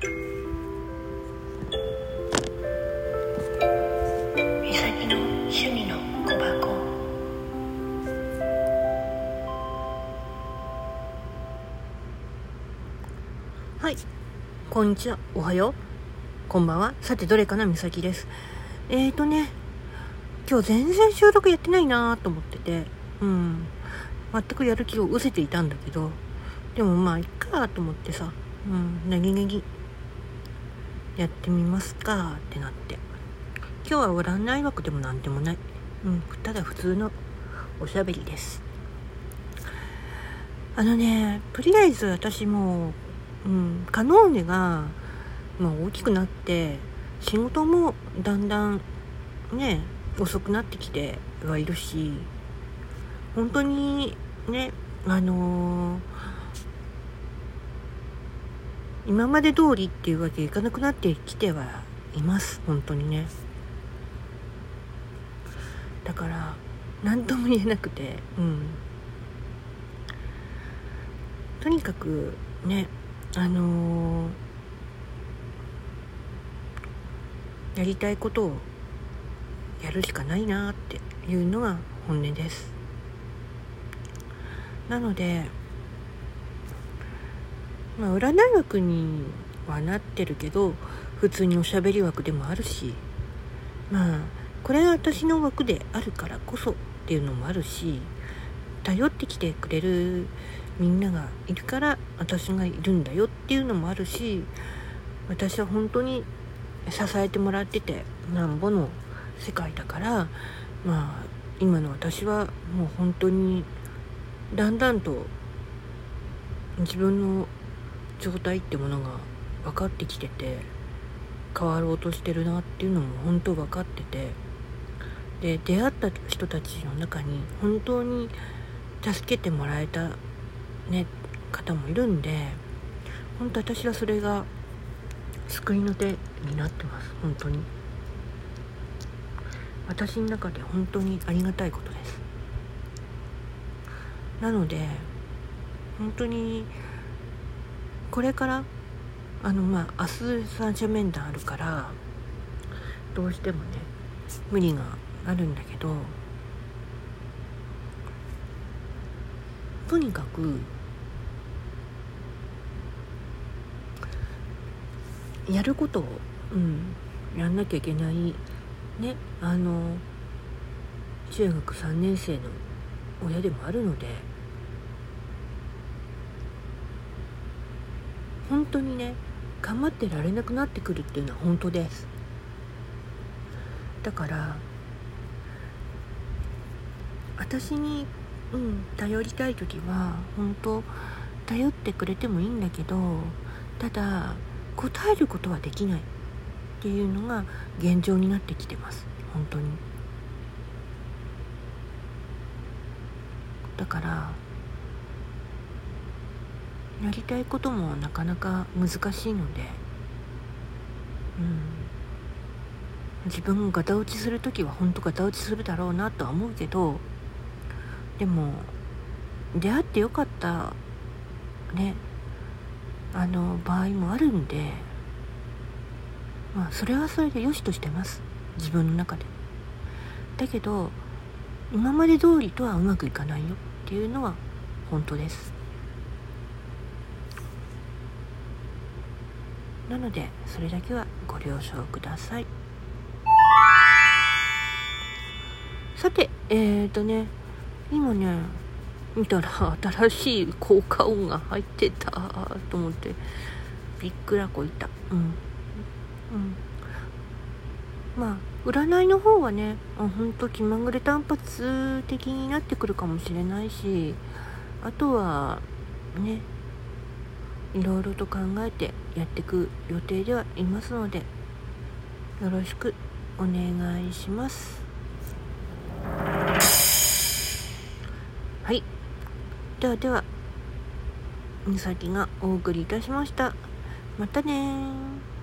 みさきの趣味の小箱。はい、こんにちは、おはよう、こんばんは。さてどれかな、みさきです。今日全然収録やってないなと思ってて、全くやる気を失せていたんだけど、でもまあいっかと思ってさ、何気やってみますかってなって、今日は占い枠でもなんでもない、ただ普通のおしゃべりです。とりあえず私もカノーネが、大きくなって仕事もだんだんね遅くなってきてはいるし、本当にね今まで通りっていうわけいかなくなってきてはいます。本当にね。だから何とも言えなくて、とにかくねやりたいことをやるしかないなっていうのが本音です。なので占い枠にはなってるけど、普通におしゃべり枠でもあるし、これが私の枠であるからこそっていうのもあるし、頼ってきてくれるみんながいるから私がいるんだよっていうのもあるし、私は本当に支えてもらっててなんぼの世界だから、今の私はもう本当にだんだんと自分の状態ってものが分かってきてて、変わろうとしてるなっていうのも本当分かってて、で出会った人たちの中に本当に助けてもらえた方もいるんで、本当私はそれが救いの手になってます。本当に私の中で本当にありがたいことです。なので本当にこれから明日三者面談あるからどうしてもね無理があるんだけど、とにかくやることを、やんなきゃいけないね。中学3年生の親でもあるので、本当にね頑張ってられなくなってくるっていうのは本当です。だから私に、頼りたい時は本当頼ってくれてもいいんだけど、ただ答えることはできないっていうのが現状になってきてます。本当に。だからやりたいこともなかなか難しいので、自分がガタ落ちするときは本当ガタ落ちするだろうなとは思うけど、でも出会ってよかった場合もあるんで、それはそれで良しとしてます、自分の中で。だけど今まで通りとはうまくいかないよっていうのは本当です。なのでそれだけはご了承ください。さて今ね見たら新しい効果音が入ってたと思ってびっくらこいた。占いの方はねほんと気まぐれ単発的になってくるかもしれないし、あとはねいろいろと考えてやっていく予定ではいますので、よろしくお願いします。はい、ではみさきがお送りいたしました。またね。